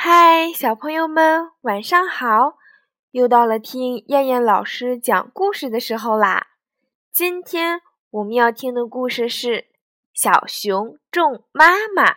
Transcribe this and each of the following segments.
嗨，小朋友们，晚上好！又到了听燕燕老师讲故事的时候啦。今天我们要听的故事是小熊种妈妈。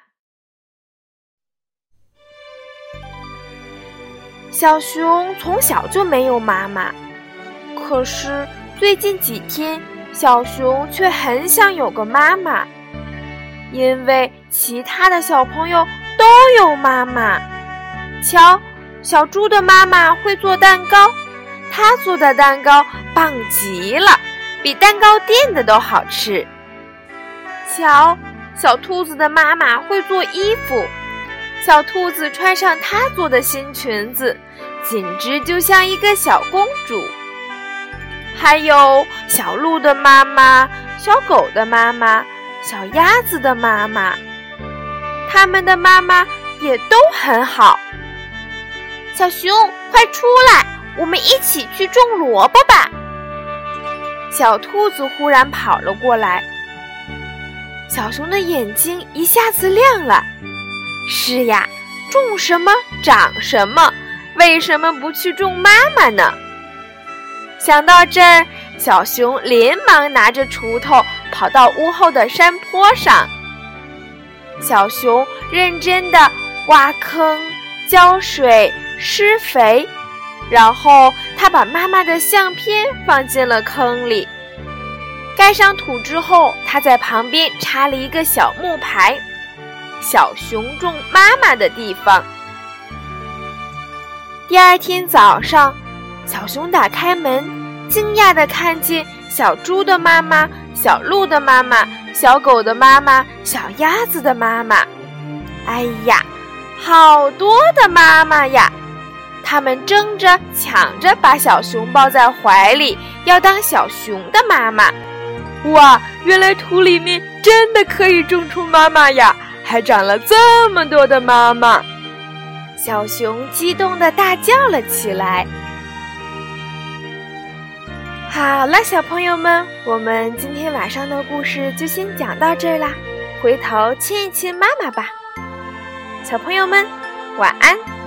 小熊从小就没有妈妈，可是最近几天，小熊却很想有个妈妈，因为其他的小朋友都有妈妈。瞧，小猪的妈妈会做蛋糕，她做的蛋糕棒极了，比蛋糕店的都好吃。瞧，小兔子的妈妈会做衣服，小兔子穿上她做的新裙子，简直就像一个小公主。还有小鹿的妈妈，小狗的妈妈，小鸭子的妈妈，它们的妈妈也都很好。小熊，快出来，我们一起去种萝卜吧！小兔子忽然跑了过来，小熊的眼睛一下子亮了。是呀，种什么长什么，为什么不去种妈妈呢？想到这儿，小熊连忙拿着锄头跑到屋后的山坡上。小熊认真地挖坑、浇水、施肥，然后他把妈妈的相片放进了坑里。盖上土之后，他在旁边插了一个小木牌，小熊种妈妈的地方。第二天早上，小熊打开门，惊讶地看见小猪的妈妈、小鹿的妈妈、小狗的妈妈、小鸭子的妈妈。哎呀，好多的妈妈呀！他们争着抢着把小熊抱在怀里，要当小熊的妈妈。哇，原来土里面真的可以种出妈妈呀，还长了这么多的妈妈。小熊激动地大叫了起来。好了，小朋友们，我们今天晚上的故事就先讲到这儿啦，回头亲一亲妈妈吧。小朋友们，晚安。